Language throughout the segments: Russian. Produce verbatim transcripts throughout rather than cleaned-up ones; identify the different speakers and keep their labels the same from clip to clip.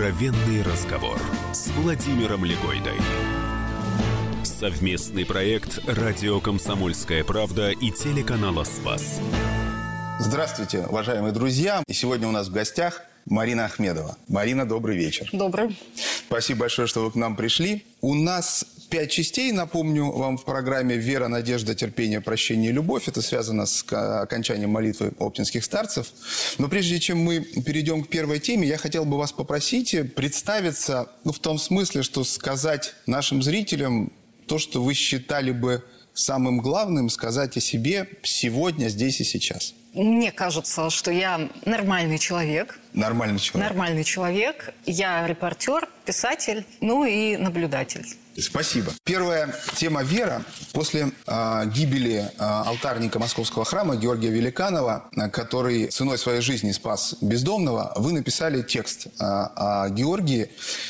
Speaker 1: Откровенный разговор с Владимиром Легойдой. Совместный проект «Радио Комсомольская правда» и телеканала «Спас».
Speaker 2: Здравствуйте, уважаемые друзья. И сегодня у нас в гостях Марина Ахмедова. Марина, добрый вечер.
Speaker 3: Добрый.
Speaker 2: Спасибо большое, что вы к нам пришли. У нас пять частей, напомню вам, в программе «Вера, надежда, терпение, прощение, любовь». Это связано с окончанием молитвы оптинских старцев. Но прежде чем мы перейдем к первой теме, я хотел бы вас попросить представиться, ну, в том смысле, что сказать нашим зрителям то, что вы считали бы самым главным, сказать о себе сегодня, здесь и сейчас.
Speaker 3: Мне кажется, что я нормальный человек.
Speaker 2: Нормальный человек.
Speaker 3: Нормальный человек. Я репортер, писатель, ну и наблюдатель.
Speaker 2: Спасибо. Первая тема «Вера». После э, гибели э, алтарника Московского храма Георгия Великанова, э, который ценой своей жизни спас бездомного, вы написали текст э, о Георгии.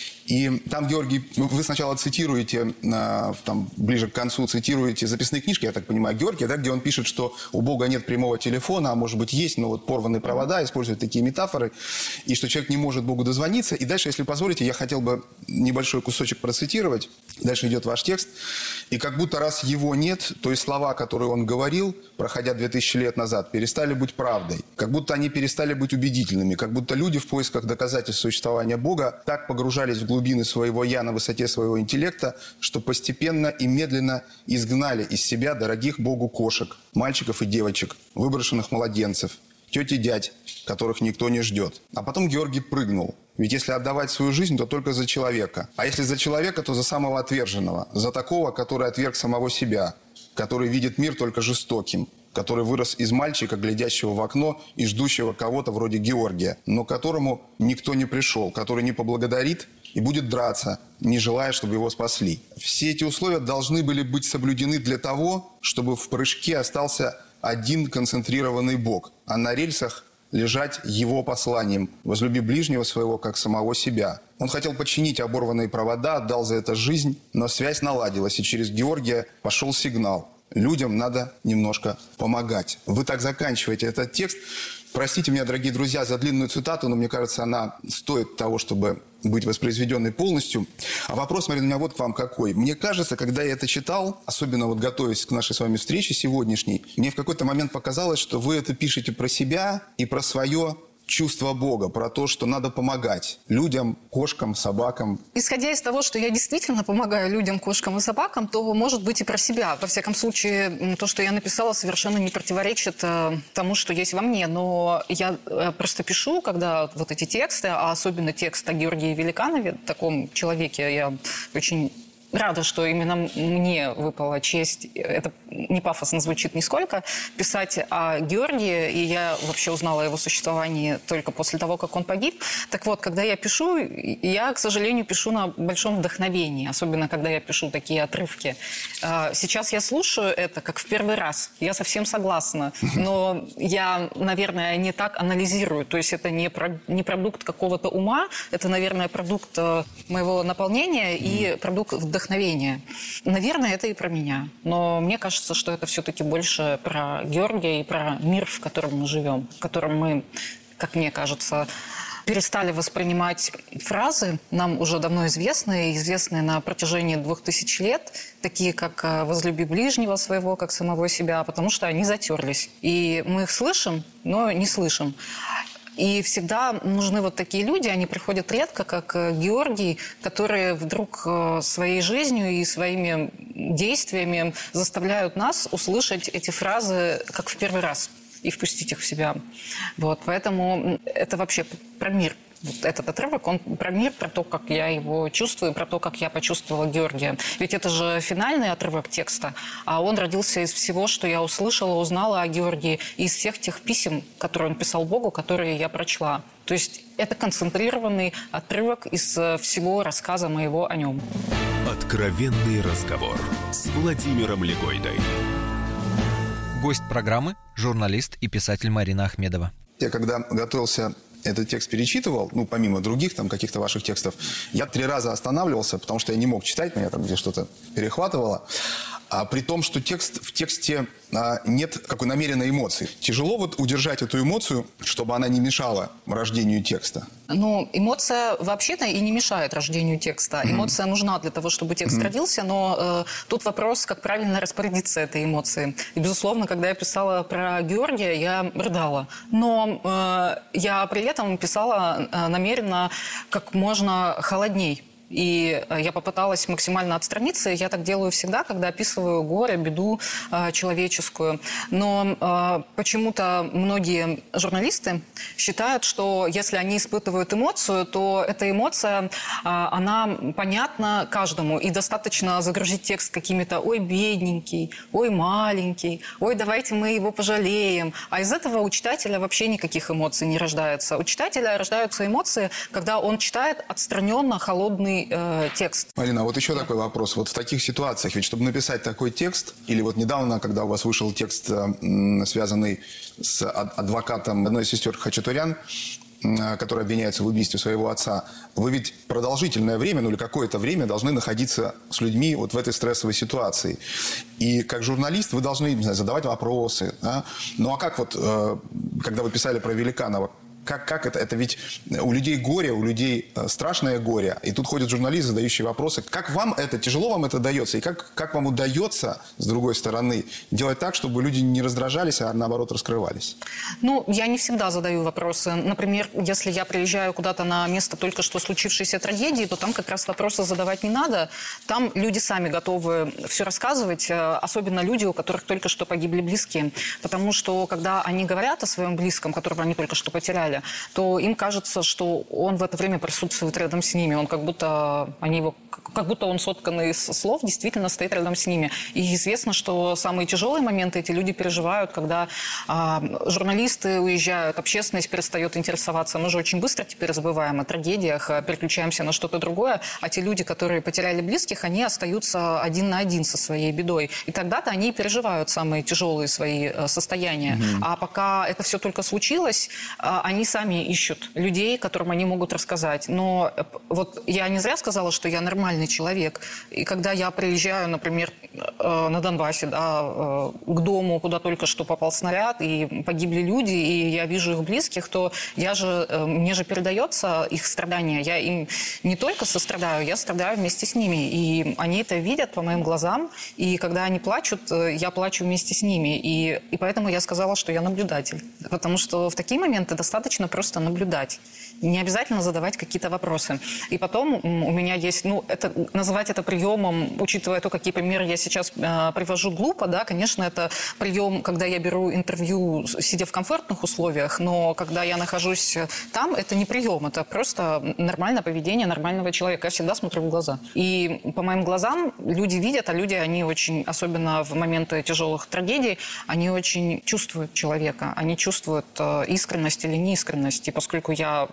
Speaker 2: И там, Георгий, вы сначала цитируете, там, ближе к концу цитируете записные книжки, я так понимаю, Георгия, да, где он пишет, что у Бога нет прямого телефона, а может быть есть, но вот порванные провода, использует такие метафоры, и что человек не может Богу дозвониться. И дальше, если позволите, я хотел бы небольшой кусочек процитировать. Дальше идет ваш текст. И как будто раз его нет, то и слова, которые он говорил, проходя две тысячи лет назад, перестали быть правдой. Как будто они перестали быть убедительными. Как будто люди в поисках доказательств существования Бога так погружались в глубины своего «я» на высоте своего интеллекта, что постепенно и медленно изгнали из себя дорогих Богу кошек, мальчиков и девочек, выброшенных младенцев, теть и дядь, которых никто не ждет. А потом Георгий прыгнул. Ведь если отдавать свою жизнь, то только за человека. А если за человека, то за самого отверженного. За такого, который отверг самого себя, который видит мир только жестоким, который вырос из мальчика, глядящего в окно и ждущего кого-то вроде Георгия, но к которому никто не пришел, который не поблагодарит и будет драться, не желая, чтобы его спасли. Все эти условия должны были быть соблюдены для того, чтобы в прыжке остался один концентрированный Бог, а на рельсах лежать его посланием «Возлюби ближнего своего, как самого себя». Он хотел подчинить оборванные провода, отдал за это жизнь, но связь наладилась, и через Георгия пошел сигнал. Людям надо немножко помогать. Вы так заканчиваете этот текст. Простите меня, дорогие друзья, за длинную цитату, но мне кажется, она стоит того, чтобы быть воспроизведенной полностью. А вопрос, Марина, у меня вот к вам какой. Мне кажется, когда я это читал, особенно вот готовясь к нашей с вами встрече сегодняшней, мне в какой-то момент показалось, что вы это пишете про себя и про свое чувство Бога, про то, что надо помогать людям, кошкам, собакам.
Speaker 3: Исходя из того, что я действительно помогаю людям, кошкам и собакам, то, может быть, и про себя. Во всяком случае, то, что я написала, совершенно не противоречит тому, что есть во мне. Но я просто пишу, когда вот эти тексты, а особенно текст о Георгии Великанове, таком человеке, я очень рада, что именно мне выпала честь, это не пафосно звучит нисколько, писать о Георгии, и я вообще узнала о его существовании только после того, как он погиб. Так вот, когда я пишу, я, к сожалению, пишу на большом вдохновении, особенно когда я пишу такие отрывки. Сейчас я слушаю это как в первый раз, я совсем согласна, но я, наверное, не так анализирую, то есть это не, про, не продукт какого-то ума, это, наверное, продукт моего наполнения и продукт вдохновения. Вдохновение. Наверное, это и про меня. Но мне кажется, что это все-таки больше про Георгия и про мир, в котором мы живем, в котором мы, как мне кажется, перестали воспринимать фразы, нам уже давно известные, известные на протяжении двух тысяч лет, такие как «возлюби ближнего своего, как самого себя», потому что они затерлись. И мы их слышим, но не слышим. И всегда нужны вот такие люди, они приходят редко, как Георгий, которые вдруг своей жизнью и своими действиями заставляют нас услышать эти фразы как в первый раз и впустить их в себя. Вот, поэтому это вообще про мир. Вот этот отрывок, он про мир, про то, как я его чувствую, про то, как я почувствовала Георгия. Ведь это же финальный отрывок текста, а он родился из всего, что я услышала, узнала о Георгии, и из всех тех писем, которые он писал Богу, которые я прочла. То есть это концентрированный отрывок из всего рассказа моего о нем.
Speaker 1: Откровенный разговор с Владимиром Легойдой.
Speaker 4: Гость программы – журналист и писатель Марина Ахмедова.
Speaker 2: Я когда готовился этот текст перечитывал, ну, помимо других там каких-то ваших текстов, я три раза останавливался, потому что я не мог читать, меня там где что-то перехватывало. а при том, что текст, в тексте а, нет какой намеренной эмоции. Тяжело вот удержать эту эмоцию, чтобы она не мешала рождению текста.
Speaker 3: Ну, эмоция вообще-то и не мешает рождению текста. Mm-hmm. Эмоция нужна для того, чтобы текст mm-hmm. родился, но э, тут вопрос, как правильно распорядиться этой эмоцией. И, безусловно, когда я писала про Георгия, я рыдала. Но э, я при этом писала э, намеренно как можно холодней. И я попыталась максимально отстраниться. Я так делаю всегда, когда описываю горе, беду э, человеческую. Но э, почему-то многие журналисты считают, что если они испытывают эмоцию, то эта эмоция, э, она понятна каждому. И достаточно загрузить текст какими-то «ой, бедненький», «ой, маленький», «ой, давайте мы его пожалеем». А из этого у читателя вообще никаких эмоций не рождается. У читателя рождаются эмоции, когда он читает отстраненно холодный текст.
Speaker 2: Марина, а вот еще такой вопрос. Вот в таких ситуациях, ведь чтобы написать такой текст, или вот недавно, когда у вас вышел текст, связанный с адвокатом одной из сестер Хачатурян, который обвиняется в убийстве своего отца, вы ведь продолжительное время, ну или какое-то время должны находиться с людьми вот в этой стрессовой ситуации. И как журналист вы должны, не знаю, задавать вопросы. Да? Ну а как вот, когда вы писали про Великанова, Как, как это? Это ведь у людей горе, у людей страшное горе. И тут ходят журналисты, задающие вопросы. Как вам это, тяжело вам это дается? И как, как вам удается, с другой стороны, делать так, чтобы люди не раздражались, а наоборот раскрывались?
Speaker 3: Ну, я не всегда задаю вопросы. Например, если я приезжаю куда-то на место только что случившейся трагедии, то там как раз вопросы задавать не надо. Там люди сами готовы все рассказывать, особенно люди, у которых только что погибли близкие. Потому что, когда они говорят о своем близком, которого они только что потеряли, то им кажется, что он в это время присутствует рядом с ними. Он как будто, они его, как будто он сотканный из слов, действительно стоит рядом с ними. И известно, что самые тяжелые моменты эти люди переживают, когда а, журналисты уезжают, общественность перестает интересоваться. Мы же очень быстро теперь забываем о трагедиях, переключаемся на что-то другое. А те люди, которые потеряли близких, они остаются один на один со своей бедой. И тогда-то они переживают самые тяжелые свои состояния. Mm-hmm. А пока это все только случилось, они сами ищут людей, которым они могут рассказать. Но вот я не зря сказала, что я нормальный человек. И когда я приезжаю, например, на Донбассе, да, к дому, куда только что попал снаряд, и погибли люди, и я вижу их близких, то я же, мне же передается их страдания. Я им не только сострадаю, я страдаю вместе с ними. И они это видят по моим глазам. И когда они плачут, я плачу вместе с ними. И, и поэтому я сказала, что я наблюдатель. Потому что в такие моменты достаточно просто наблюдать. Не обязательно задавать какие-то вопросы. И потом у меня есть, ну, это, называть это приемом, учитывая то, какие примеры я сейчас э, привожу, глупо, да, конечно, это прием, когда я беру интервью, сидя в комфортных условиях, но когда я нахожусь там, это не прием, это просто нормальное поведение нормального человека. Я всегда смотрю в глаза. И по моим глазам люди видят, а люди, они очень, особенно в моменты тяжелых трагедий, они очень чувствуют человека, они чувствуют э, искренность или неискренность. И поскольку я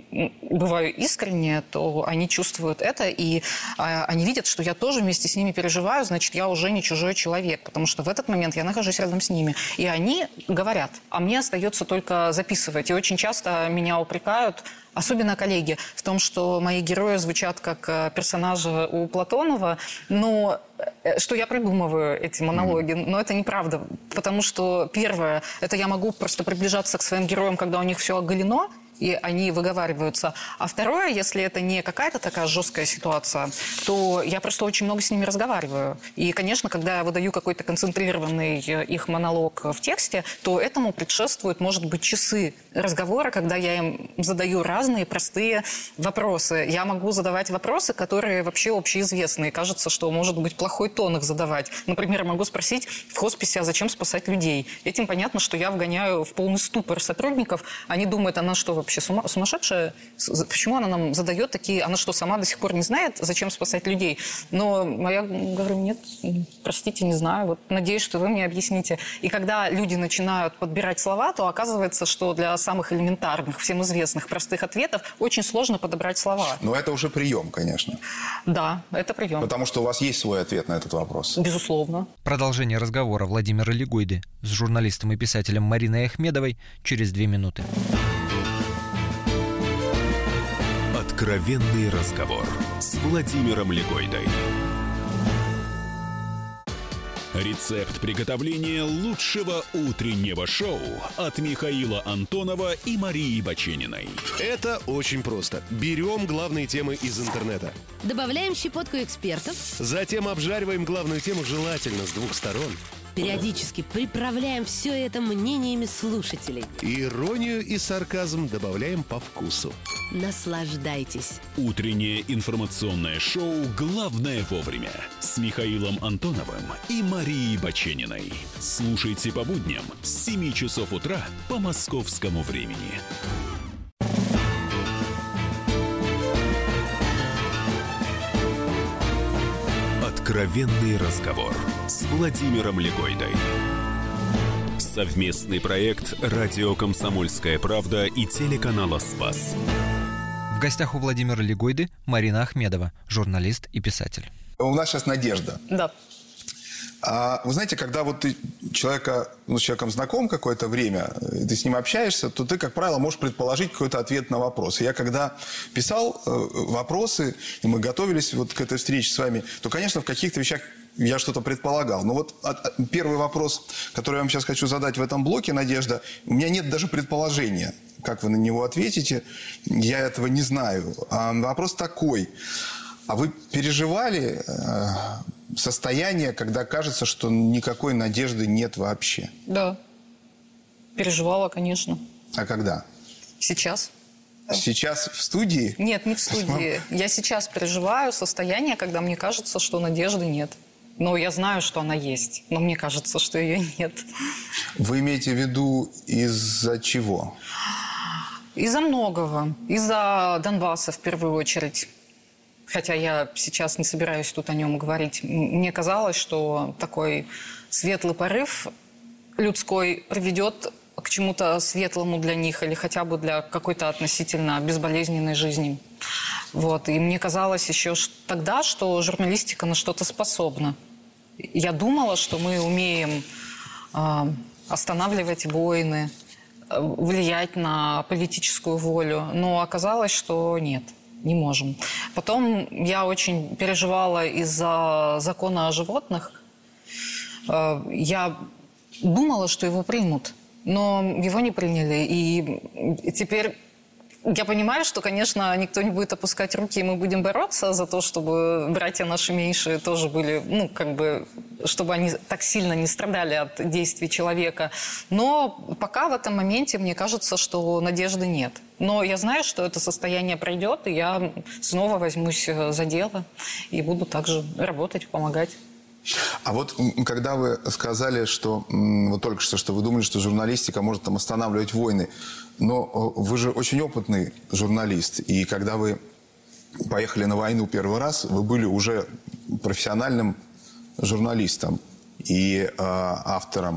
Speaker 3: бываю искренне, то они чувствуют это, и а, они видят, что я тоже вместе с ними переживаю, значит, я уже не чужой человек, потому что в этот момент я нахожусь рядом с ними. И они говорят, а мне остается только записывать. И очень часто меня упрекают, особенно коллеги, в том, что мои герои звучат как персонажи у Платонова, но что я придумываю эти монологи, но это неправда, потому что первое, это я могу просто приближаться к своим героям, когда у них все оголено, и они выговариваются. А второе, если это не какая-то такая жесткая ситуация, то я просто очень много с ними разговариваю. И, конечно, когда я выдаю какой-то концентрированный их монолог в тексте, то этому предшествуют, может быть, часы разговора, когда я им задаю разные простые вопросы. Я могу задавать вопросы, которые вообще общеизвестные. Кажется, что может быть плохой тон их задавать. Например, я могу спросить в хосписе, а зачем спасать людей? Этим понятно, что я вгоняю в полный ступор сотрудников. Они думают, она что, вообще сумасшедшая? Почему она нам задает такие... Она что, сама до сих пор не знает, зачем спасать людей? Но я говорю, нет, простите, не знаю. Вот надеюсь, что вы мне объясните. И когда люди начинают подбирать слова, то оказывается, что для самых элементарных, всем известных, простых ответов очень сложно подобрать слова.
Speaker 2: Но это уже прием, конечно.
Speaker 3: Да, это прием.
Speaker 2: Потому что у вас есть свой ответ на этот вопрос.
Speaker 3: Безусловно.
Speaker 4: Продолжение разговора Владимира Лигойды с журналистом и писателем Мариной Ахмедовой через две минуты.
Speaker 1: Откровенный разговор с Владимиром Лигойдой. Рецепт приготовления лучшего утреннего шоу от Михаила Антонова и Марии Бачениной.
Speaker 5: Это очень просто. Берем главные темы из интернета.
Speaker 6: Добавляем щепотку экспертов.
Speaker 5: Затем обжариваем главную тему желательно с двух сторон.
Speaker 6: Периодически приправляем все это мнениями слушателей.
Speaker 5: Иронию и сарказм добавляем по вкусу.
Speaker 6: Наслаждайтесь.
Speaker 1: Утреннее информационное шоу «Главное вовремя» с Михаилом Антоновым и Марией Бачениной. Слушайте по будням с семи часов утра по московскому времени. Откровенный разговор с Владимиром Легойдой. Совместный проект «Радио Комсомольская правда» и телеканала «Спас».
Speaker 4: В гостях у Владимира Легойды Марина Ахмедова, журналист и писатель.
Speaker 2: У нас сейчас Надежда.
Speaker 3: Да.
Speaker 2: А вы знаете, когда вот ты человека, ну, с человеком знаком какое-то время, ты с ним общаешься, то ты, как правило, можешь предположить какой-то ответ на вопрос. И я когда писал э, вопросы, и мы готовились вот к этой встрече с вами, то, конечно, в каких-то вещах я что-то предполагал. Но вот от, от, первый вопрос, который я вам сейчас хочу задать в этом блоке, Надежда, у меня нет даже предположения, как вы на него ответите. Я этого не знаю. А вопрос такой. А вы переживали э, состояние, когда кажется, что никакой надежды нет вообще?
Speaker 3: Да. Переживала, конечно.
Speaker 2: А когда?
Speaker 3: Сейчас.
Speaker 2: Сейчас в студии?
Speaker 3: Нет, не в студии. Я сейчас переживаю состояние, когда мне кажется, что надежды нет. Но я знаю, что она есть. Но мне кажется, что ее нет.
Speaker 2: Вы имеете в виду из-за чего?
Speaker 3: Из-за многого. Из-за Донбасса в первую очередь. Хотя я сейчас не собираюсь тут о нем говорить. Мне казалось, что такой светлый порыв людской приведет к чему-то светлому для них или хотя бы для какой-то относительно безболезненной жизни. Вот. И мне казалось еще тогда, что журналистика на что-то способна. Я думала, что мы умеем э, останавливать войны, влиять на политическую волю, но оказалось, что нет. Не можем. Потом я очень переживала из-за закона о животных. Я думала, что его примут, но его не приняли. И теперь я понимаю, что, конечно, никто не будет опускать руки, и мы будем бороться за то, чтобы братья наши меньшие тоже были, ну, как бы, чтобы они так сильно не страдали от действий человека. Но пока в этом моменте мне кажется, что надежды нет. Но я знаю, что это состояние пройдет, и я снова возьмусь за дело и буду также работать, помогать.
Speaker 2: А вот когда вы сказали, что вот только что, что вы думали, что журналистика может там останавливать войны, но вы же очень опытный журналист, и когда вы поехали на войну первый раз, вы были уже профессиональным журналистом и э, автором.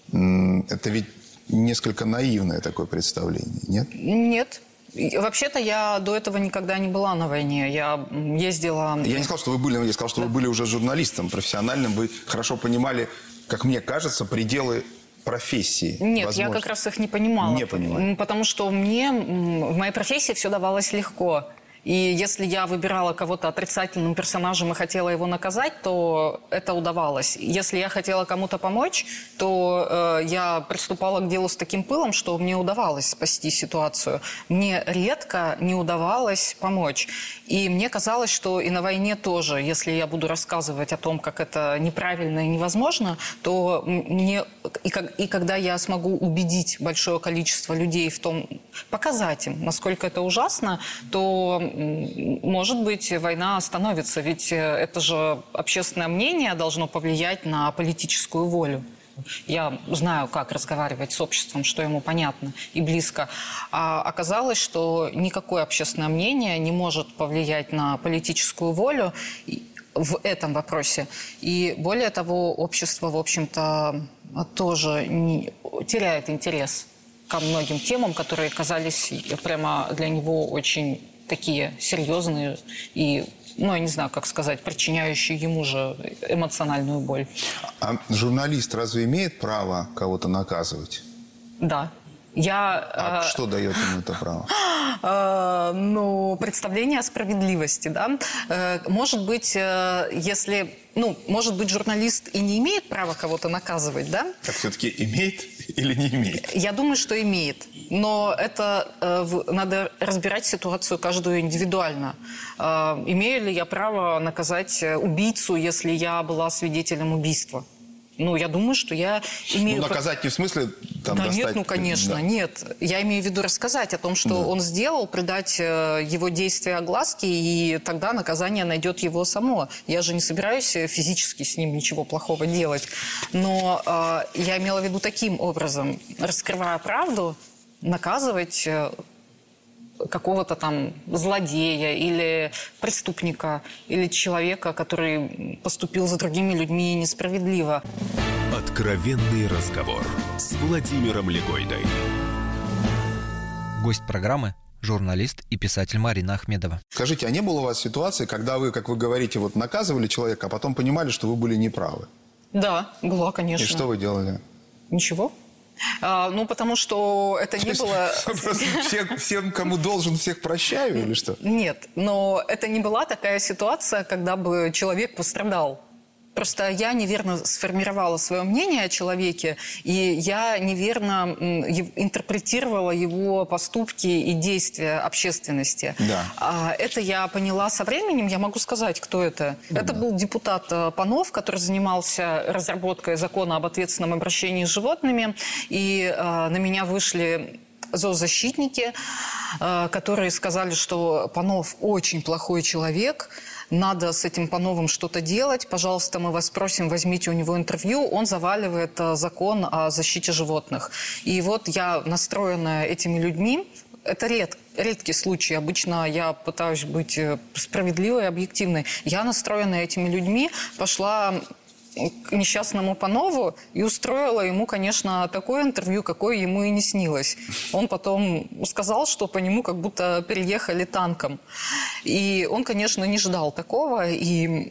Speaker 2: Это ведь несколько наивное такое представление, нет?
Speaker 3: Нет. Вообще-то я до этого никогда не была на войне. Я ездила...
Speaker 2: Я не сказал, что вы были, я сказал, что да. Вы были уже журналистом профессиональным. Вы хорошо понимали, как мне кажется, пределы профессии.
Speaker 3: Нет,
Speaker 2: возможно.
Speaker 3: Я как раз их не понимала.
Speaker 2: Не понимаю.
Speaker 3: Потому что мне в моей профессии все давалось легко. И если я выбирала кого-то отрицательным персонажем и хотела его наказать, то это удавалось. Если я хотела кому-то помочь, то э, я приступала к делу с таким пылом, что мне удавалось спасти ситуацию. Мне редко не удавалось помочь. И мне казалось, что и на войне тоже, если я буду рассказывать о том, как это неправильно и невозможно, то мне... И, как, и когда я смогу убедить большое количество людей в том, показать им, насколько это ужасно, то... Может быть, война остановится, ведь это же общественное мнение должно повлиять на политическую волю. Я знаю, как разговаривать с обществом, что ему понятно и близко. А оказалось, что никакое общественное мнение не может повлиять на политическую волю в этом вопросе. И более того, общество, в общем-то, тоже не... теряет интерес ко многим темам, которые казались прямо для него очень... такие серьезные и, ну, я не знаю, как сказать, причиняющие ему же эмоциональную боль.
Speaker 2: А журналист разве имеет право кого-то наказывать?
Speaker 3: Да. Я,
Speaker 2: А
Speaker 3: э,
Speaker 2: что дает ему это право?
Speaker 3: э, ну, представление о справедливости, да. Э, может быть, э, если... Ну, может быть, журналист и не имеет права кого-то наказывать, да?
Speaker 2: Так все-таки имеет или не имеет?
Speaker 3: Я думаю, что имеет. Но это э, в, надо разбирать ситуацию каждую индивидуально. Э, имею ли я право наказать убийцу, если я была свидетелем убийства? Ну, я думаю, что я имею...
Speaker 2: Ну, наказать не в смысле там
Speaker 3: Да
Speaker 2: достать...
Speaker 3: нет, ну, конечно,
Speaker 2: да.
Speaker 3: нет. Я имею в виду рассказать о том, что
Speaker 2: Да.
Speaker 3: он сделал, придать э, его действия огласке, и тогда наказание найдет его само. Я же не собираюсь физически с ним ничего плохого делать. Но э, я имела в виду таким образом, раскрывая правду, наказывать... Э, какого-то там злодея или преступника, или человека, который поступил за другими людьми несправедливо.
Speaker 1: Откровенный разговор с Владимиром Легойдой.
Speaker 4: Гость программы – журналист и писатель Марина Ахмедова.
Speaker 2: Скажите, а не было у вас ситуации, когда вы, как вы говорите, вот наказывали человека, а потом понимали, что вы были неправы?
Speaker 3: Да, была, конечно.
Speaker 2: И что вы делали?
Speaker 3: Ничего. А, ну, потому что это не было...
Speaker 2: Просто всех, всем, кому должен, всех прощаю или что?
Speaker 3: Нет, но это не была такая ситуация, когда бы человек пострадал. Просто я неверно сформировала свое мнение о человеке, и я неверно интерпретировала его поступки и действия общественности.
Speaker 2: Да.
Speaker 3: А это я поняла со временем. Я могу сказать, кто это. Да. Это был депутат Панов, который занимался разработкой закона об ответственном обращении с животными. И а, на меня вышли зоозащитники, а, которые сказали, что Панов очень плохой человек, надо с этим Пановым что-то делать. Пожалуйста, мы вас просим, возьмите у него интервью. Он заваливает закон о защите животных. И вот я, настроенная этими людьми, это ред, редкий случай. Обычно я пытаюсь быть справедливой и объективной. Я, настроенная этими людьми, пошла к несчастному Панову и устроила ему, конечно, такое интервью, какое ему и не снилось. Он потом сказал, что по нему как будто переехали танком. И он, конечно, не ждал такого. И,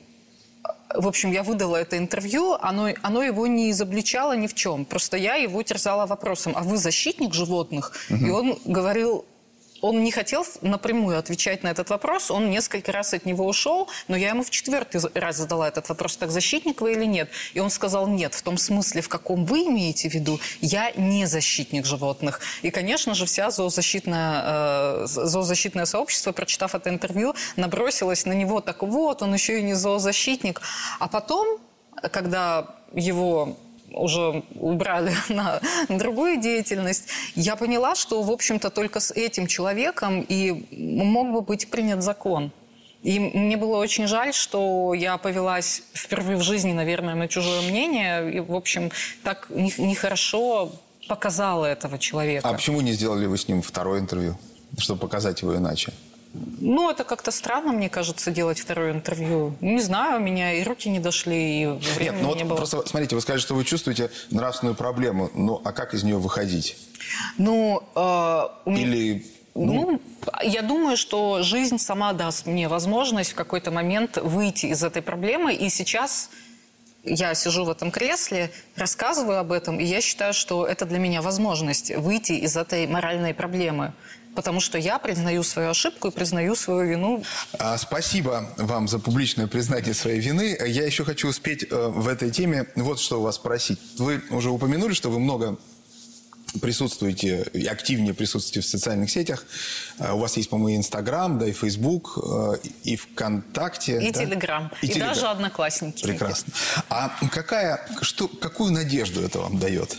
Speaker 3: в общем, я выдала это интервью. Оно, оно его не изобличало ни в чем. Просто я его терзала вопросом: а вы защитник животных? Угу. И он говорил... Он не хотел напрямую отвечать на этот вопрос, он несколько раз от него ушел, но я ему в четвертый раз задала этот вопрос: так защитник вы или нет? И он сказал: нет, в том смысле, в каком вы имеете в виду, я не защитник животных. И, конечно же, вся зоозащитная, э, зоозащитное сообщество, прочитав это интервью, набросилось на него: так вот, он еще и не зоозащитник. А потом, когда его... уже убрали на другую деятельность, я поняла, что, в общем-то, только с этим человеком и мог бы быть принят закон. И мне было очень жаль, что я повелась впервые в жизни, наверное, на чужое мнение, и, в общем, так нехорошо показала этого человека.
Speaker 2: А почему не сделали вы с ним второе интервью, чтобы показать его иначе?
Speaker 3: Ну, это как-то странно, мне кажется, делать второе интервью. Не знаю, у меня и руки не дошли, и времени
Speaker 2: Нет, ну вот
Speaker 3: не было.
Speaker 2: Просто, смотрите, вы скажете, что вы чувствуете нравственную проблему. Ну, а как из нее выходить?
Speaker 3: Ну, э, у меня...
Speaker 2: Или...
Speaker 3: Ну,
Speaker 2: ну,
Speaker 3: я думаю, что жизнь сама даст мне возможность в какой-то момент выйти из этой проблемы. И сейчас я сижу в этом кресле, рассказываю об этом, и я считаю, что это для меня возможность выйти из этой моральной проблемы. Потому что я признаю свою ошибку и признаю свою вину.
Speaker 2: А, спасибо вам за публичное признание своей вины. Я еще хочу успеть э, в этой теме вот что у вас спросить. Вы уже упомянули, что вы много присутствуете, и активнее присутствуете в социальных сетях. Uh, у вас есть, по-моему, и Инстаграм, да, и Фейсбук, uh, и ВКонтакте.
Speaker 3: И
Speaker 2: да?
Speaker 3: Телеграм. И, и Телеграм. Даже Одноклассники.
Speaker 2: Прекрасно. А какая, что, какую надежду это вам дает?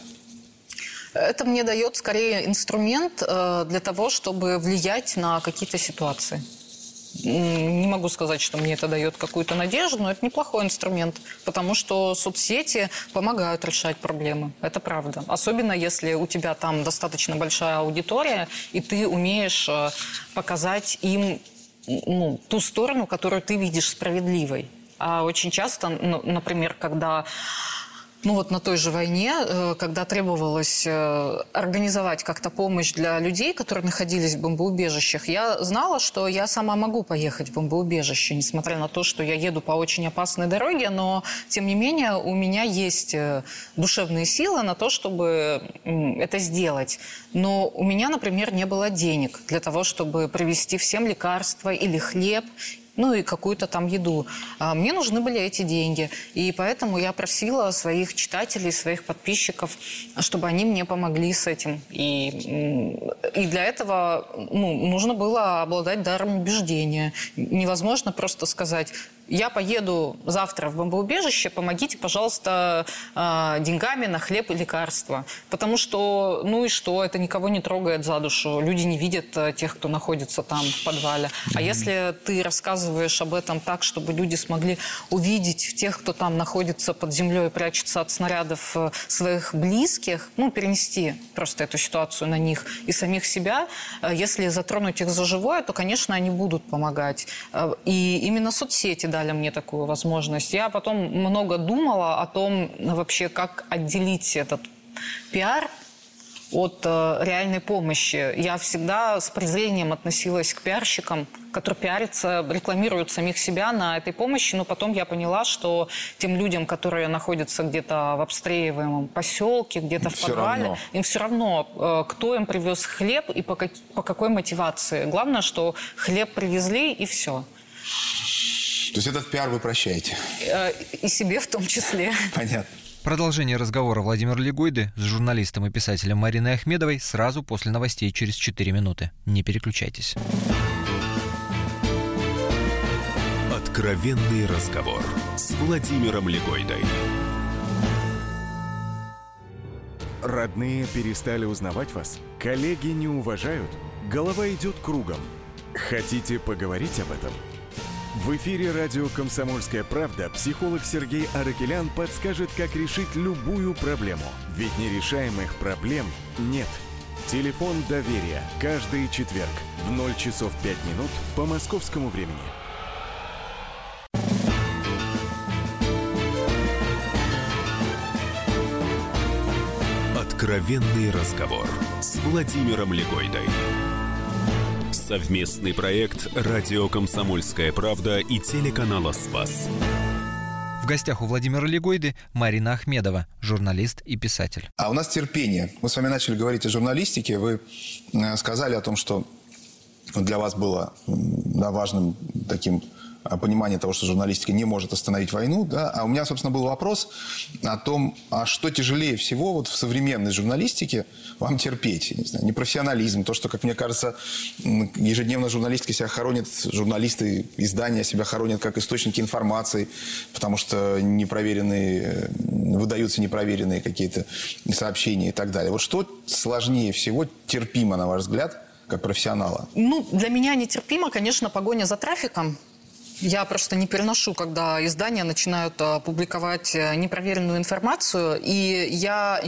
Speaker 3: Это мне дает скорее инструмент э, для того, чтобы влиять на какие-то ситуации. Не могу сказать, что мне это дает какую-то надежду, но это неплохой инструмент, потому что соцсети помогают решать проблемы. Это правда. Особенно если у тебя там достаточно большая аудитория, и ты умеешь э, показать им ну, ту сторону, которую ты видишь справедливой. А очень часто, ну, например, когда Ну вот на той же войне, когда требовалось организовать как-то помощь для людей, которые находились в бомбоубежищах, я знала, что я сама могу поехать в бомбоубежище, несмотря на то, что я еду по очень опасной дороге, но, тем не менее, у меня есть душевные силы на то, чтобы это сделать. Но у меня, например, не было денег для того, чтобы привезти всем лекарства или хлеб, ну и какую-то там еду. Мне нужны были эти деньги. И поэтому я просила своих читателей, своих подписчиков, чтобы они мне помогли с этим. И, и для этого ну, нужно было обладать даром убеждения. Невозможно просто сказать: я поеду завтра в бомбоубежище, помогите, пожалуйста, деньгами на хлеб и лекарства. Потому что, ну и что, это никого не трогает за душу. Люди не видят тех, кто находится там в подвале. А если ты рассказываешь об этом так, чтобы люди смогли увидеть в тех, кто там находится под землей и прячется от снарядов, своих близких, ну, перенести просто эту ситуацию на них и самих себя, если затронуть их за живое, то, конечно, они будут помогать. И именно соцсети дали мне такую возможность. Я потом много думала о том, вообще, как отделить этот пиар от э, реальной помощи. Я всегда с презрением относилась к пиарщикам, которые пиарятся, рекламируют самих себя на этой помощи, но потом я поняла, что тем людям, которые находятся где-то в обстреливаемом поселке, где-то в подвале, равно. им все равно, э, кто им привез хлеб и по, как, по какой мотивации. Главное, что хлеб привезли, и все.
Speaker 2: То есть этот пиар вы прощаете?
Speaker 3: И себе в том числе.
Speaker 2: Понятно.
Speaker 4: Продолжение разговора Владимира Лигойды с журналистом и писателем Мариной Ахмедовой сразу после новостей через четыре минуты. Не переключайтесь.
Speaker 1: Откровенный разговор с Владимиром Лигойдой.
Speaker 7: Родные перестали узнавать вас? Коллеги не уважают? Голова идет кругом. Хотите поговорить об этом? В эфире радио «Комсомольская правда» психолог Сергей Аракелян подскажет, как решить любую проблему. Ведь нерешаемых проблем нет. Телефон доверия. Каждый четверг в ноль часов пять минут по московскому времени.
Speaker 1: Откровенный разговор с Владимиром Лигойдой. Совместный проект «Радио Комсомольская правда» и телеканала «Спас».
Speaker 4: В гостях у Владимира Лигойды Марина Ахмедова, журналист и писатель.
Speaker 2: А у нас терпение. Мы с вами начали говорить о журналистике. Вы сказали о том, что для вас было да, важным таким понимание того, что журналистика не может остановить войну. Да? А у меня, собственно, был вопрос о том, а что тяжелее всего вот в современной журналистике вам терпеть? Не знаю, непрофессионализм, то, что, как мне кажется, ежедневно журналистика себя хоронит, журналисты, издания себя хоронят как источники информации, потому что непроверенные, выдаются непроверенные какие-то сообщения и так далее. Вот что сложнее всего терпимо, на ваш взгляд, как профессионала? Ну,
Speaker 3: для меня нетерпимо, конечно, погоня за трафиком. Я просто не переношу, когда издания начинают а, публиковать непроверенную информацию, и я,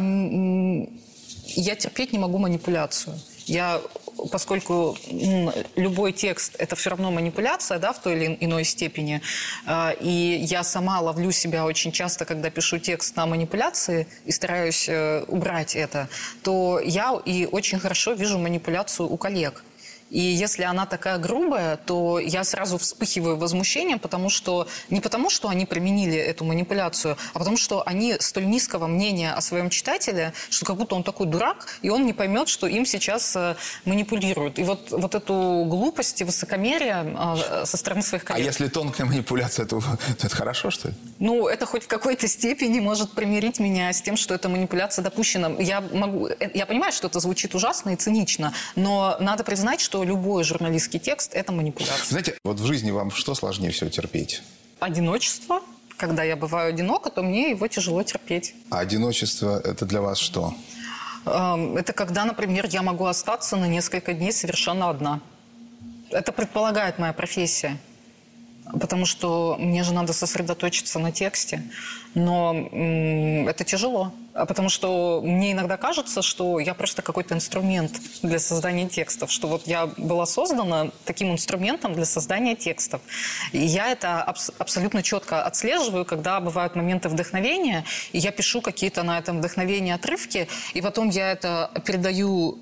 Speaker 3: я терпеть не могу манипуляцию. Я, поскольку м, любой текст – это все равно манипуляция, да, в той или иной степени, э, и я сама ловлю себя очень часто, когда пишу текст на манипуляции и стараюсь э, убрать это, то я и очень хорошо вижу манипуляцию у коллег. И если она такая грубая, то я сразу вспыхиваю возмущением, потому что не потому, что они применили эту манипуляцию, а потому что они столь низкого мнения о своем читателе, что как будто он такой дурак, и он не поймет, что им сейчас манипулируют. И вот, вот эту глупость и высокомерие со стороны своих коллег.
Speaker 2: А если тонкая манипуляция, то, то это хорошо, что ли?
Speaker 3: Ну, это хоть в какой-то степени может примирить меня с тем, что эта манипуляция допущена. Я, могу, я понимаю, что это звучит ужасно и цинично, но надо признать, что любой журналистский текст – это манипуляция.
Speaker 2: Знаете, вот в жизни вам что сложнее всего терпеть?
Speaker 3: Одиночество. Когда я бываю одинока, то мне его тяжело терпеть.
Speaker 2: А одиночество – это для вас что?
Speaker 3: Это когда, например, я могу остаться на несколько дней совершенно одна. Это предполагает моя профессия. Потому что мне же надо сосредоточиться на тексте. Но м- это тяжело. Потому что мне иногда кажется, что я просто какой-то инструмент для создания текстов, что вот я была создана таким инструментом для создания текстов. И я это абс- абсолютно четко отслеживаю, когда бывают моменты вдохновения, и я пишу какие-то на этом вдохновении отрывки, и потом я это передаю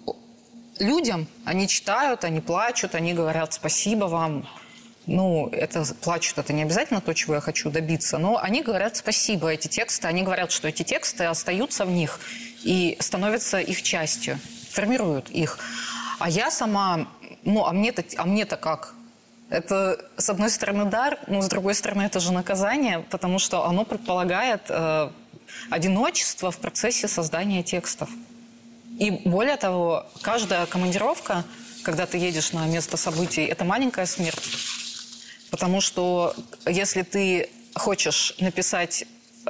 Speaker 3: людям, они читают, они плачут, они говорят «спасибо вам». Ну, это плачут, это не обязательно то, чего я хочу добиться, но они говорят спасибо, эти тексты, они говорят, что эти тексты остаются в них и становятся их частью, формируют их. А я сама, ну, а мне-то, а мне-то как? Это, с одной стороны, дар, но с другой стороны, это же наказание, потому что оно предполагает э, одиночество в процессе создания текстов. И более того, каждая командировка, когда ты едешь на место событий, это маленькая смерть. Потому что если ты хочешь написать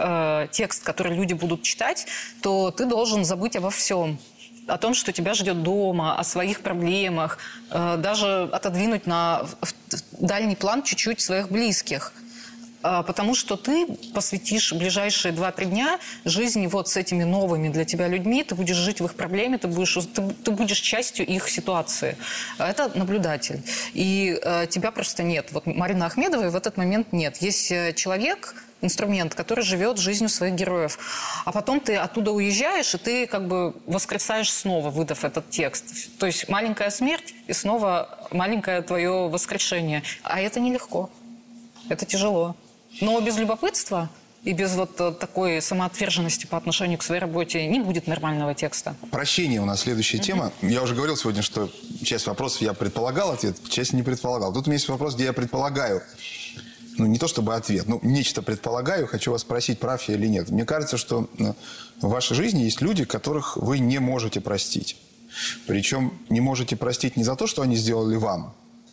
Speaker 3: э, текст, который люди будут читать, то ты должен забыть обо всем. О том, что тебя ждет дома, о своих проблемах, э, даже отодвинуть на в, в дальний план чуть-чуть своих близких. Э, потому что ты посвятишь ближайшие два-три дня жизни вот с этими новыми для тебя людьми, ты будешь жить в их проблеме, ты будешь, ты, ты будешь частью их ситуации. Это наблюдатель. И э, тебя просто нет. Вот Марины Ахмедовой в этот момент нет. Есть человек, инструмент, который живет жизнью своих героев. А потом ты оттуда уезжаешь, и ты как бы воскресаешь снова, выдав этот текст. То есть маленькая смерть и снова маленькое твое воскрешение. А это нелегко. Это тяжело. Но без любопытства и без вот такой самоотверженности по отношению к своей работе не будет нормального текста.
Speaker 2: Прощение у нас следующая mm-hmm. тема. Я уже говорил сегодня, что часть вопросов я предполагал ответ, часть не предполагал. Тут у меня есть вопрос, где я предполагаю. Ну, не то чтобы ответ, ну, нечто предполагаю. Хочу вас спросить, прав я или нет. Мне кажется, что в вашей жизни есть люди, которых вы не можете простить. Причем не можете простить не за то, что они сделали вам,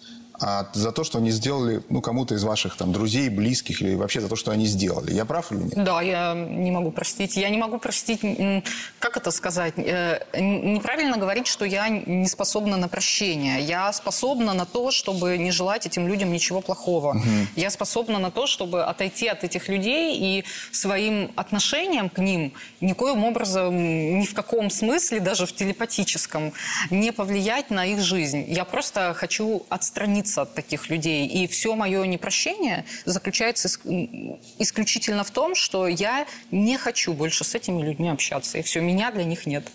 Speaker 2: а за то, что они сделали, ну, кому-то из ваших там друзей, близких, или вообще за то, что они сделали. Я прав или нет?
Speaker 3: Да, я не могу простить. Я не могу простить, как это сказать, неправильно говорить, что я не способна на прощение. Я способна на то, чтобы не желать этим людям ничего плохого. Угу. Я способна на то, чтобы отойти от этих людей и своим отношением к ним никоим образом, ни в каком смысле, даже в телепатическом, не повлиять на их жизнь. Я просто хочу отстраниться от таких людей. И все мое непрощение заключается исключительно в том, что я не хочу больше с этими людьми общаться. И все, меня для них нет.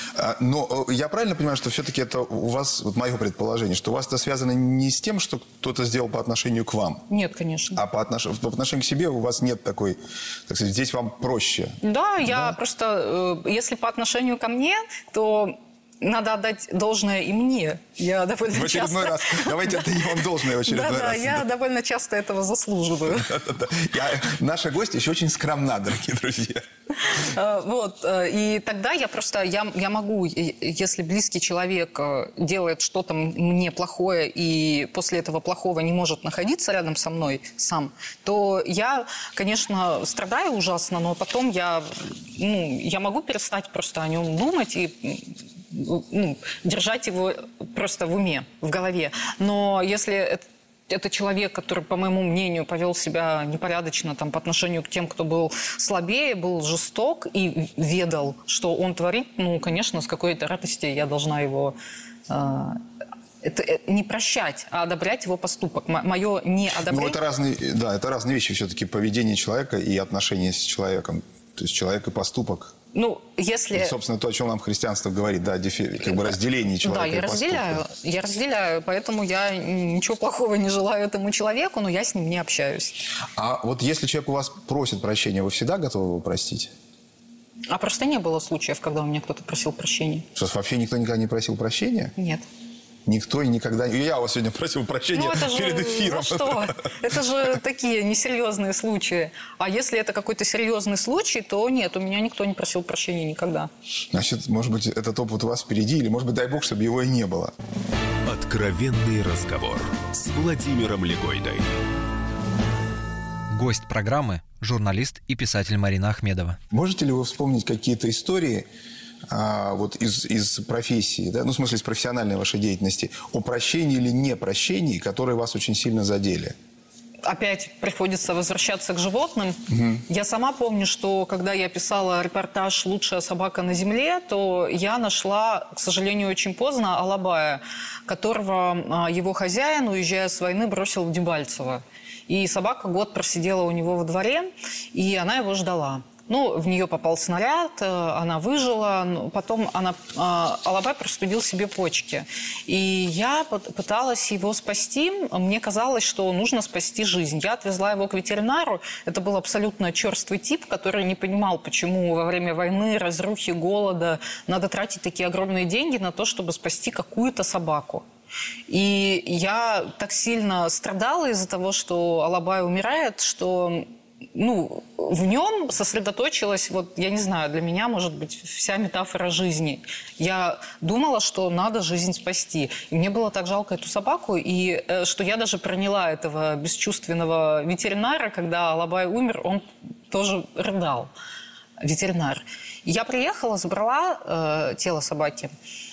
Speaker 2: Но я правильно понимаю, что все-таки это у вас, вот мое предположение, что у вас это связано не с тем, что кто-то сделал по отношению к вам?
Speaker 3: Нет, конечно.
Speaker 2: А по отношению, по отношению к себе у вас нет такой, так сказать, здесь вам проще?
Speaker 3: Да, я да? просто, если по отношению ко мне, то... Надо отдать должное и мне. Я довольно
Speaker 2: в очередной
Speaker 3: часто...
Speaker 2: раз. Давайте отдадим вам должное в очередной
Speaker 3: да,
Speaker 2: раз.
Speaker 3: Да, я довольно часто этого заслуживаю.
Speaker 2: Наша гостья еще очень скромна, дорогие друзья.
Speaker 3: Вот. И тогда я просто... Я могу, если близкий человек делает что-то мне плохое и после этого плохого не может находиться рядом со мной сам, то я, конечно, страдаю ужасно, но потом я, ну, я могу перестать просто о нем думать и... Ну, держать его просто в уме, в голове. Но если это, это человек, который, по моему мнению, повел себя непорядочно там, по отношению к тем, кто был слабее, был жесток и ведал, что он творит, ну, конечно, с какой-то радостью я должна его... Э, это, это не прощать, а одобрять его поступок. Мое не одобрение...
Speaker 2: Ну, это разные, да, это разные вещи. Все-таки поведение человека и отношения с человеком. То есть человек и поступок.
Speaker 3: Ну, если...
Speaker 2: И, собственно, то, о чем нам христианство говорит, да, дефи... как бы разделение человека.
Speaker 3: Да, я разделяю, я разделяю, поэтому я ничего плохого не желаю этому человеку, но я с ним не общаюсь.
Speaker 2: А вот если человек у вас просит прощения, вы всегда готовы его простить?
Speaker 3: А просто не было случаев, когда у меня кто-то просил прощения.
Speaker 2: Что, вообще никто никогда не просил прощения?
Speaker 3: Нет.
Speaker 2: Никто и никогда... Я вас сегодня просил прощения ну, это же... перед эфиром.
Speaker 3: Ну что? Это же такие несерьезные случаи. А если это какой-то серьезный случай, то нет, у меня никто не просил прощения никогда.
Speaker 2: Значит, может быть, этот опыт у вас впереди, или, может быть, дай бог, чтобы его и не было.
Speaker 1: Откровенный разговор с Владимиром Легойдой.
Speaker 4: Гость программы – журналист и писатель Марина Ахмедова.
Speaker 2: Можете ли вы вспомнить какие-то истории... А, вот из, из профессии, да, ну, в смысле, из профессиональной вашей деятельности, о прощении или непрощении, которые вас очень сильно задели?
Speaker 3: опять приходится возвращаться к животным. Угу. Я сама помню, что когда я писала репортаж «Лучшая собака на земле», то я нашла, к сожалению, очень поздно Алабая, которого его хозяин, уезжая с войны, бросил в Дебальцево. И собака год просидела у него во дворе, и она его ждала. Ну, в нее попал снаряд, она выжила, потом она, Алабай простудил себе почки. И я пыталась его спасти, мне казалось, что нужно спасти жизнь. Я отвезла его к ветеринару, это был абсолютно черствый тип, который не понимал, почему во время войны, разрухи, голода надо тратить такие огромные деньги на то, чтобы спасти какую-то собаку. И я так сильно страдала из-за того, что Алабай умирает, что... Ну, в нем сосредоточилась, вот, я не знаю, для меня, может быть, вся метафора жизни. Я думала, что надо жизнь спасти. И мне было так жалко эту собаку, и э, что я даже приняла этого бесчувственного ветеринара, когда Алабай умер, он тоже рыдал, ветеринар. Я приехала, забрала э, тело собаки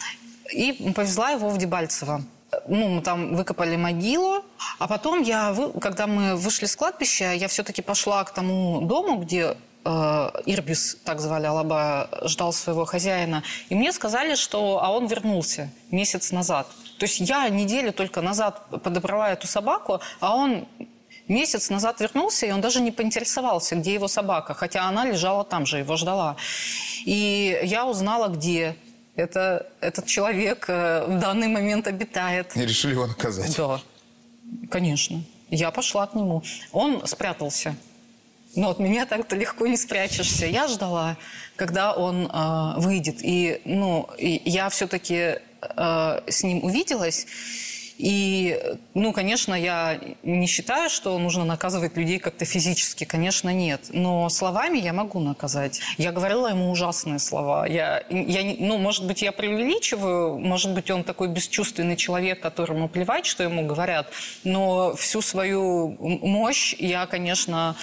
Speaker 3: и повезла его в Дебальцево. Ну, мы там выкопали могилу, а потом я, когда мы вышли с кладбища, я все-таки пошла к тому дому, где э, Ирбис, так звали Алабая, ждал своего хозяина. И мне сказали, что а он вернулся месяц назад. То есть я неделю только назад подобрала эту собаку, а он месяц назад вернулся, и он даже не поинтересовался, где его собака, хотя она лежала там же, его ждала. И я узнала, где... Это, этот человек э, в данный момент обитает.
Speaker 2: И решили его наказать?
Speaker 3: Да, конечно. Я пошла к нему. Он спрятался. Но от меня так-то легко не спрячешься. Я ждала, когда он э, выйдет. И, ну, и я все-таки э, с ним увиделась. И, ну, конечно, я не считаю, что нужно наказывать людей как-то физически. Конечно, нет. Но словами я могу наказать. Я говорила ему ужасные слова. Я, я, ну, может быть, я преувеличиваю. Может быть, он такой бесчувственный человек, которому плевать, что ему говорят. Но всю свою мощь я, конечно,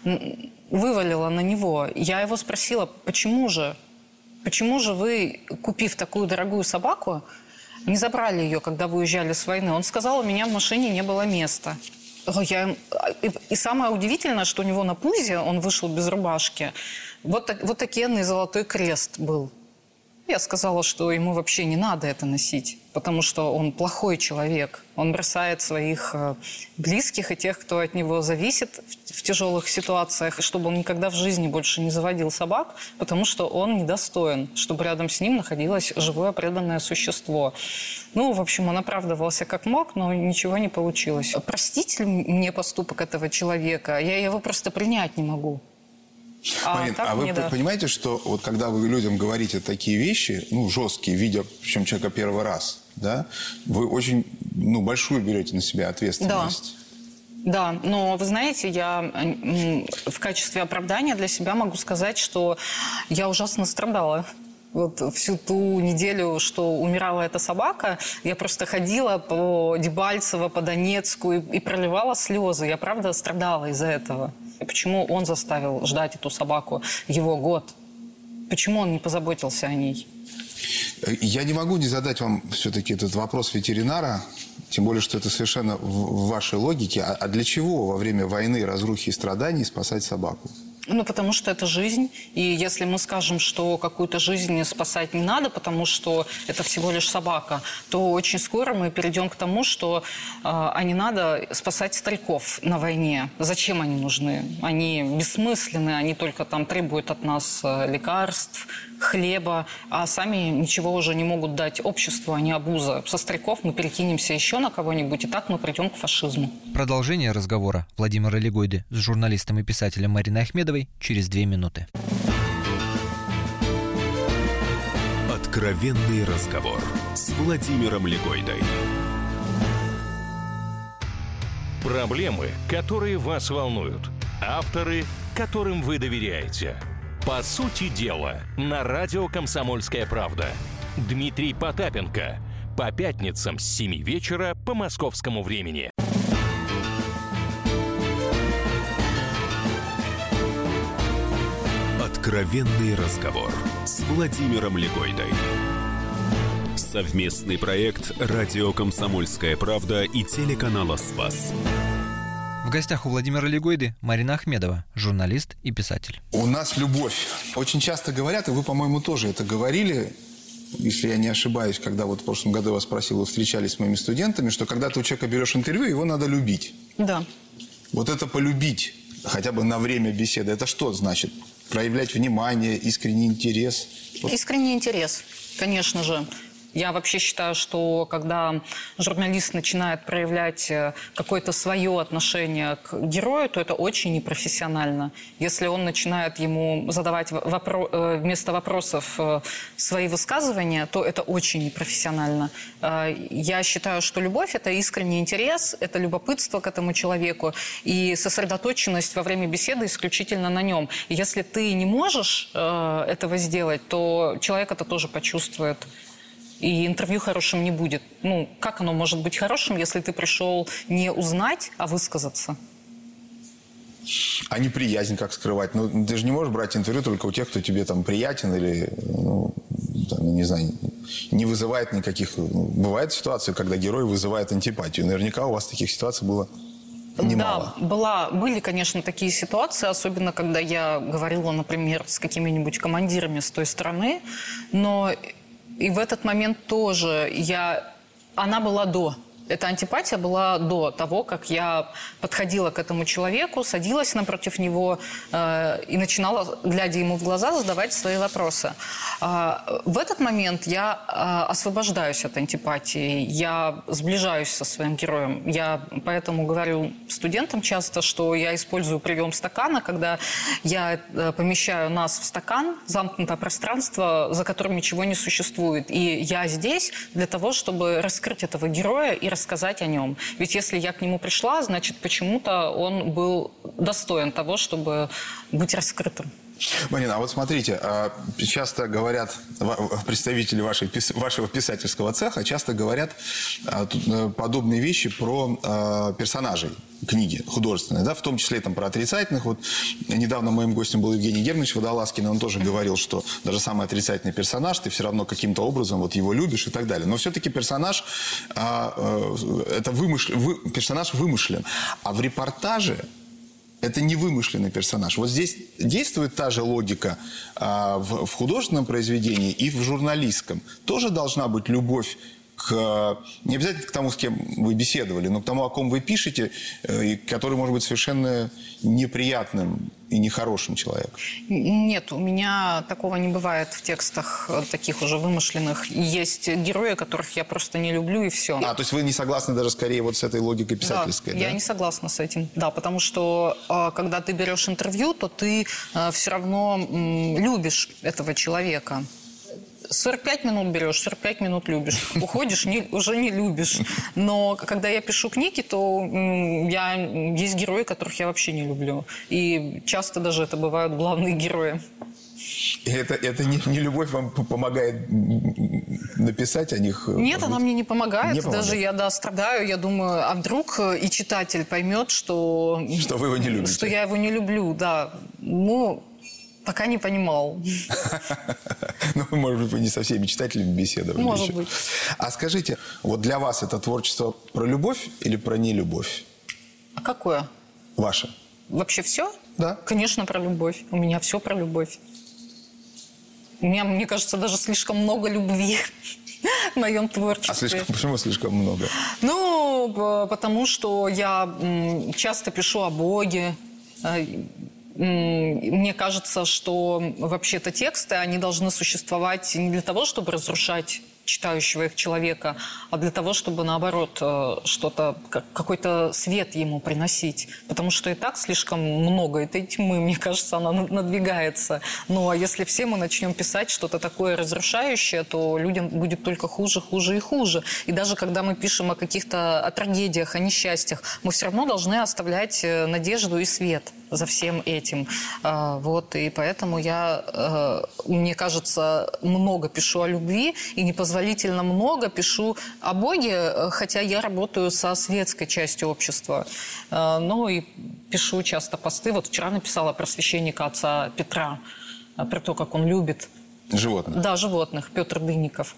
Speaker 3: вывалила на него. Я его спросила, почему же? Почему же вы, купив такую дорогую собаку, не забрали ее, когда вы уезжали с войны? Он сказал, у меня в машине не было места. Я... И самое удивительное, что у него на пузе, он вышел без рубашки, вот, вот такенный золотой крест был. Я сказала, что ему вообще не надо это носить, потому что он плохой человек. Он бросает своих близких и тех, кто от него зависит в тяжелых ситуациях, чтобы он никогда в жизни больше не заводил собак, потому что он недостоин, чтобы рядом с ним находилось живое преданное существо. Ну, в общем, он оправдывался как мог, но ничего не получилось. Простить ли мне поступок этого человека? Я его просто принять не могу. А,
Speaker 2: Марин, а вы да. понимаете, что вот когда вы людям говорите такие вещи, ну, жесткие, видя, причем человека первый раз, да, вы очень, ну, большую берете на себя ответственность.
Speaker 3: Да. Да, но вы знаете, я в качестве оправдания для себя могу сказать, что я ужасно страдала. Вот всю ту неделю, что умирала эта собака, я просто ходила по Дебальцево, по Донецку и, и проливала слезы. Я, правда, страдала из-за этого. И почему он заставил ждать эту собаку его год? Почему он не позаботился о ней?
Speaker 2: Я не могу не задать вам все-таки этот вопрос ветеринара, тем более, что это совершенно в вашей логике. А, а для чего во время войны, разрухи и страданий спасать собаку?
Speaker 3: Ну, потому что это жизнь. И если мы скажем, что какую-то жизнь спасать не надо, потому что это всего лишь собака, то очень скоро мы перейдем к тому, что э, а не надо спасать стариков на войне. Зачем они нужны? Они бессмысленны, они только там требуют от нас лекарств, хлеба, а сами ничего уже не могут дать обществу, они обуза. Со стариков мы перекинемся еще на кого-нибудь, и так мы придем к фашизму.
Speaker 4: Продолжение разговора Владимира Легойды с журналистом и писателем Мариной Ахмедовой через две минуты.
Speaker 1: Откровенный разговор с Владимиром Легойдой.
Speaker 8: Проблемы, которые вас волнуют. Авторы, которым вы доверяете. По сути дела, на радио «Комсомольская правда». Дмитрий Потапенко. По пятницам с семи вечера по московскому времени.
Speaker 1: Откровенный разговор с Владимиром Легойдой. Совместный проект «Радио Комсомольская правда» и телеканала «Спас».
Speaker 4: В гостях у Владимира Лигойды Марина Ахмедова, журналист и писатель.
Speaker 2: У нас любовь. Очень часто говорят, и вы, по-моему, тоже это говорили, если я не ошибаюсь, когда вот в прошлом году я вас спросил, вы встречались с моими студентами, что когда ты у человека берешь интервью, его надо любить.
Speaker 3: Да.
Speaker 2: Вот это полюбить, хотя бы на время беседы, это что значит? Проявлять внимание, искренний интерес?
Speaker 3: Искренний интерес, конечно же. Я вообще считаю, что когда журналист начинает проявлять какое-то свое отношение к герою, то это очень непрофессионально. Если он начинает ему задавать вопро- вместо вопросов свои высказывания, то это очень непрофессионально. Я считаю, что любовь – это искренний интерес, это любопытство к этому человеку и сосредоточенность во время беседы исключительно на нем. И если ты не можешь этого сделать, то человек это тоже почувствует. И интервью хорошим не будет. Ну, как оно может быть хорошим, если ты пришел не узнать, а высказаться?
Speaker 2: А неприязнь как скрывать? Ну, ты же не можешь брать интервью только у тех, кто тебе там приятен или, ну, там, не знаю, не вызывает никаких... Ну, бывают ситуации, когда герой вызывает антипатию. Наверняка у вас таких ситуаций было немало.
Speaker 3: Да, была, были, конечно, такие ситуации, особенно когда я говорила, например, с какими-нибудь командирами с той стороны, но... И в этот момент тоже я... Она была до. Эта антипатия была до того, как я подходила к этому человеку, садилась напротив него э, и начинала, глядя ему в глаза, задавать свои вопросы. А, в этот момент я а, освобождаюсь от антипатии, я сближаюсь со своим героем. Я поэтому говорю студентам часто, что я использую прием стакана, когда я э, помещаю нас в стакан, замкнутое пространство, за которым ничего не существует. И я здесь для того, чтобы раскрыть этого героя и рассказать о нем. Ведь если я к нему пришла, значит, почему-то он был достоин того, чтобы быть раскрытым.
Speaker 2: Марина, а вот смотрите, часто говорят представители вашей, вашего писательского цеха, часто говорят подобные вещи про персонажей книги художественные, да, в том числе там, про отрицательных. Вот недавно моим гостем был Евгений Германович Водолазкин, и он тоже говорил, что даже самый отрицательный персонаж, ты все равно каким-то образом вот его любишь и так далее. Но все-таки персонаж, это вымышлен, вы, персонаж вымышлен. А в репортаже это не вымышленный персонаж. Вот здесь действует та же логика а, в, в художественном произведении и в журналистском. Тоже должна быть любовь к... Не обязательно к тому, с кем вы беседовали, но к тому, о ком вы пишете, и который может быть совершенно неприятным и нехорошим человеком.
Speaker 3: Нет, у меня такого не бывает в текстах таких уже вымышленных. Есть герои, которых я просто не люблю, и все.
Speaker 2: А, то есть вы не согласны даже скорее вот с этой логикой писательской?
Speaker 3: Да,
Speaker 2: да?
Speaker 3: Я не согласна с этим. Да, потому что когда ты берешь интервью, то ты все равно любишь этого человека. сорок пять минут берешь, сорок пять минут любишь. Уходишь, не, уже не любишь. Но когда я пишу книги, то я, есть герои, которых я вообще не люблю. И часто даже это бывают главные герои.
Speaker 2: И это, это не, не любовь вам помогает написать о них?
Speaker 3: Нет, она мне не помогает.
Speaker 2: не помогает.
Speaker 3: Даже я, да, страдаю. Я думаю, а вдруг и читатель поймет, что...
Speaker 2: Что вы его не любите.
Speaker 3: Что я его не люблю, да. Ну... Пока не понимал.
Speaker 2: Ну, может быть, вы не со всеми читателями беседовали.
Speaker 3: Может
Speaker 2: еще.
Speaker 3: быть.
Speaker 2: А скажите, вот для вас это творчество про любовь или про нелюбовь?
Speaker 3: А какое?
Speaker 2: Ваше.
Speaker 3: Вообще все?
Speaker 2: Да.
Speaker 3: Конечно, про любовь. У меня все про любовь. У меня, мне кажется, даже слишком много любви в моем творчестве.
Speaker 2: А слишком, почему слишком много?
Speaker 3: Ну, потому что я часто пишу о Боге. Мне кажется, что вообще-то тексты, они должны существовать не для того, чтобы разрушать читающего их человека, а для того, чтобы, наоборот, что-то, какой-то свет ему приносить. Потому что и так слишком много этой тьмы, мне кажется, она надвигается. Ну, а если все мы начнем писать что-то такое разрушающее, то людям будет только хуже, хуже и хуже. И даже когда мы пишем о каких-то о трагедиях, о несчастьях, мы все равно должны оставлять надежду и свет за всем этим. Вот, и поэтому я, мне кажется, много пишу о любви и непозволительно много пишу о Боге, хотя я работаю со светской частью общества. Ну и пишу часто посты. Вот вчера написала про священника отца Петра, про то, как он любит...
Speaker 2: Животных?
Speaker 3: Да, животных. Петр Дынников.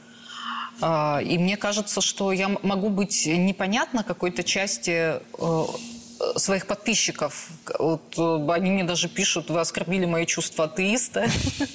Speaker 3: И мне кажется, что я могу быть непонятна какой-то части своих подписчиков. Вот, они мне даже пишут: вы оскорбили мои чувства атеиста.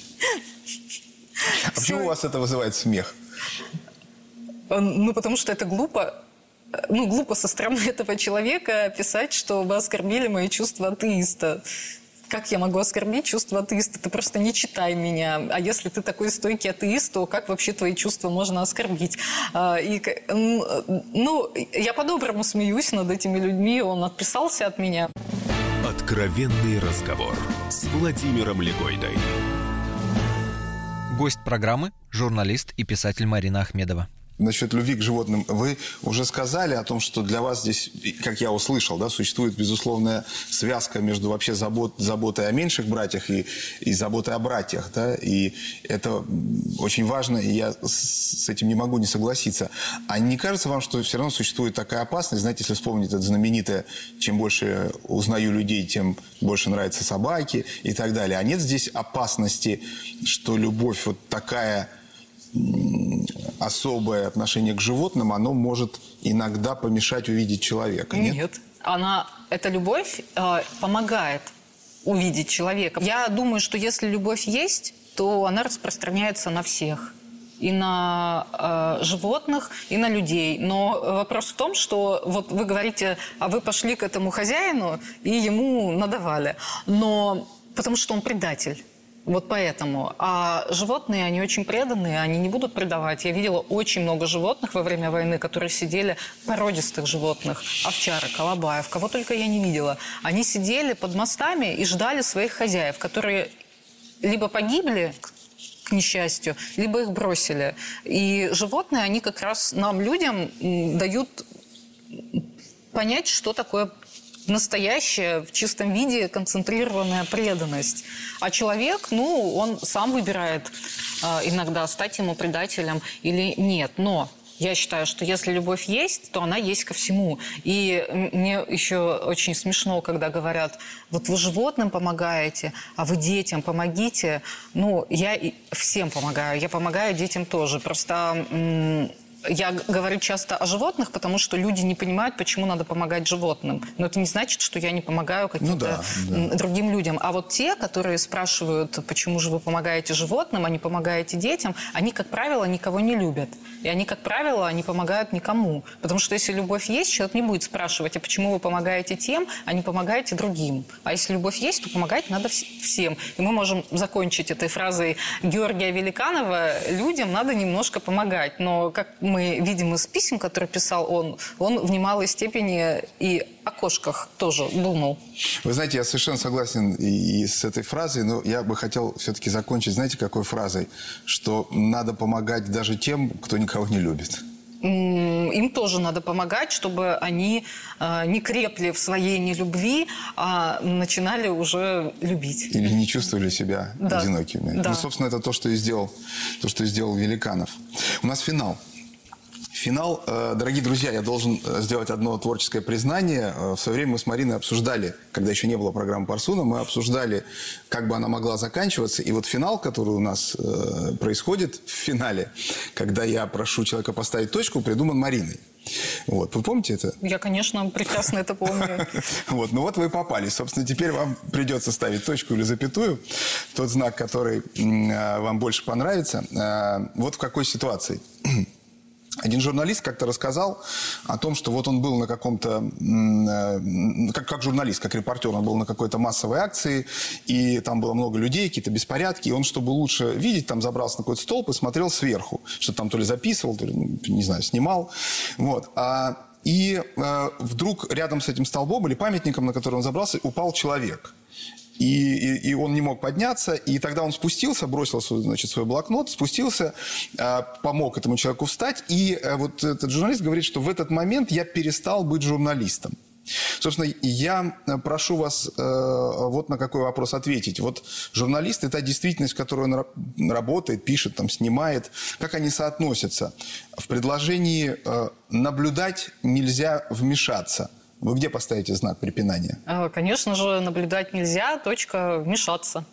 Speaker 2: А почему у вас это вызывает смех?
Speaker 3: Ну, потому что это глупо. Ну, глупо со стороны этого человека писать, что вы оскорбили мои чувства атеиста. Как я могу оскорбить чувства атеиста? Ты просто не читай меня. А если ты такой стойкий атеист, то как вообще твои чувства можно оскорбить? И, ну, я по-доброму смеюсь над этими людьми. Он отписался от меня.
Speaker 1: Откровенный разговор с Владимиром Легойдой.
Speaker 4: Гость программы – журналист и писатель Марина Ахмедова.
Speaker 2: Насчет любви к животным. Вы уже сказали о том, что для вас здесь, как я услышал, да, существует безусловная связка между вообще забот, заботой о меньших братьях и, и заботой о братьях. Да? И это очень важно, и я с этим не могу не согласиться. А не кажется вам, что все равно существует такая опасность? Знаете, если вспомнить это знаменитое «чем больше узнаю людей, тем больше нравятся собаки» и так далее. А нет здесь опасности, что любовь вот такая... особое отношение к животным, оно может иногда помешать увидеть человека, нет?
Speaker 3: Нет. Она, эта любовь э, помогает увидеть человека. Я думаю, что если любовь есть, то она распространяется на всех. И на э, животных, и на людей. Но вопрос в том, что вот вы говорите, а вы пошли к этому хозяину и ему надавали. Но потому что он предатель. Вот поэтому. А животные, они очень преданные, они не будут предавать. Я видела очень много животных во время войны, которые сидели, породистых животных, овчарок, алабаев, кого только я не видела. Они сидели под мостами и ждали своих хозяев, которые либо погибли, к несчастью, либо их бросили. И животные, они как раз нам, людям, дают понять, что такое настоящая, в чистом виде, концентрированная преданность. А человек, ну, он сам выбирает э, иногда, стать ему предателем или нет. Но я считаю, что если любовь есть, то она есть ко всему. И мне еще очень смешно, когда говорят, вот вы животным помогаете, а вы детям помогите. Ну, я всем помогаю, я помогаю детям тоже. Просто... М- Я говорю часто о животных, потому что люди не понимают, почему надо помогать животным. Но это не значит, что я не помогаю каким-то ну да, да. другим людям. А вот те, которые спрашивают, почему же вы помогаете животным, а не помогаете детям, они, как правило, никого не любят. И они, как правило, не помогают никому. Потому что если любовь есть, человек не будет спрашивать, а почему вы помогаете тем, а не помогаете другим. А если любовь есть, то помогать надо всем. И мы можем закончить этой фразой Георгия Великанова: людям надо немножко помогать. Но, как мы видим из писем, которые писал он, он в немалой степени и о кошках тоже думал.
Speaker 2: Вы знаете, я совершенно согласен и с этой фразой, но я бы хотел все-таки закончить, знаете, какой фразой? Что надо помогать даже тем, кто никого не любит.
Speaker 3: Им тоже надо помогать, чтобы они э, не крепли в своей нелюбви, а начинали уже любить.
Speaker 2: Или не чувствовали себя да. одинокими.
Speaker 3: Да.
Speaker 2: Ну, собственно, это то, что и сделал, то, что и сделал Великанов. У нас финал. Финал, дорогие друзья, я должен сделать одно творческое признание. В свое время мы с Мариной обсуждали, когда еще не было программы Парсуна, мы обсуждали, как бы она могла заканчиваться. И вот финал, который у нас происходит в финале, когда я прошу человека поставить точку, придуман Мариной. Вот. Вы помните это?
Speaker 3: Я, конечно, прекрасно это помню.
Speaker 2: Вот. Ну вот вы попали. Собственно, теперь вам придется ставить точку или запятую. Тот знак, который вам больше понравится. Вот в какой ситуации. Один журналист как-то рассказал о том, что вот он был на каком-то, как, как журналист, как репортер, он был на какой-то массовой акции, и там было много людей, какие-то беспорядки, и он, чтобы лучше видеть, там забрался на какой-то столб и смотрел сверху, что там то ли записывал, то ли, не знаю, снимал. Вот. А, и а, вдруг рядом с этим столбом или памятником, на который он забрался, упал человек. И, и, и он не мог подняться, и тогда он спустился, бросил свой, значит, свой блокнот, спустился, э, помог этому человеку встать, и э, вот этот журналист говорит, что в этот момент я перестал быть журналистом. Собственно, я прошу вас э, вот на какой вопрос ответить. Вот журналист – это действительность, в которой он работает, пишет, там, снимает. Как они соотносятся? В предложении э, «наблюдать нельзя вмешаться». Вы где поставите знак препинания?
Speaker 3: Конечно же, наблюдать нельзя, точка вмешаться.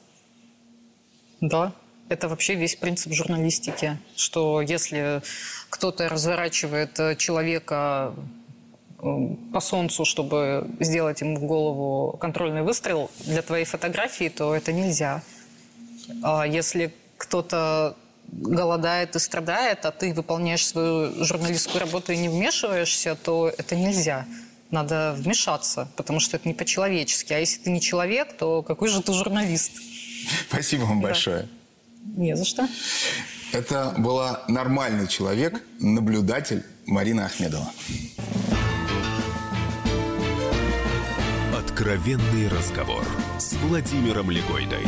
Speaker 3: Да, это вообще весь принцип журналистики, что если кто-то разворачивает человека по солнцу, чтобы сделать ему в голову контрольный выстрел для твоей фотографии, то это нельзя. А если кто-то голодает и страдает, а ты выполняешь свою журналистскую работу и не вмешиваешься, то это нельзя. Надо вмешаться, потому что это не по-человечески. А если ты не человек, то какой же ты журналист?
Speaker 2: Спасибо вам да. большое.
Speaker 3: Не за что.
Speaker 2: Это была нормальный человек, наблюдатель Марина Ахмедова.
Speaker 1: Откровенный разговор с Владимиром Легойдой.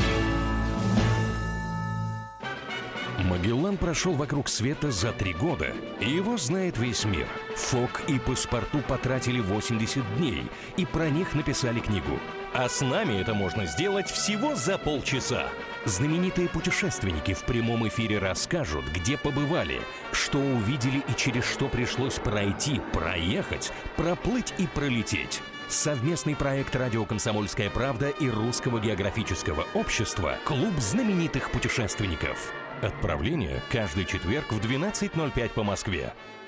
Speaker 8: Магеллан прошел вокруг света за три года, и его знает весь мир. Фок и Паспарту потратили восемьдесят дней, и про них написали книгу. А с нами это можно сделать всего за полчаса. Знаменитые путешественники в прямом эфире расскажут, где побывали, что увидели и через что пришлось пройти, проехать, проплыть и пролететь. Совместный проект «Радио Комсомольская правда» и Русского географического общества «Клуб знаменитых путешественников». Отправление каждый четверг в двенадцать ноль пять по Москве.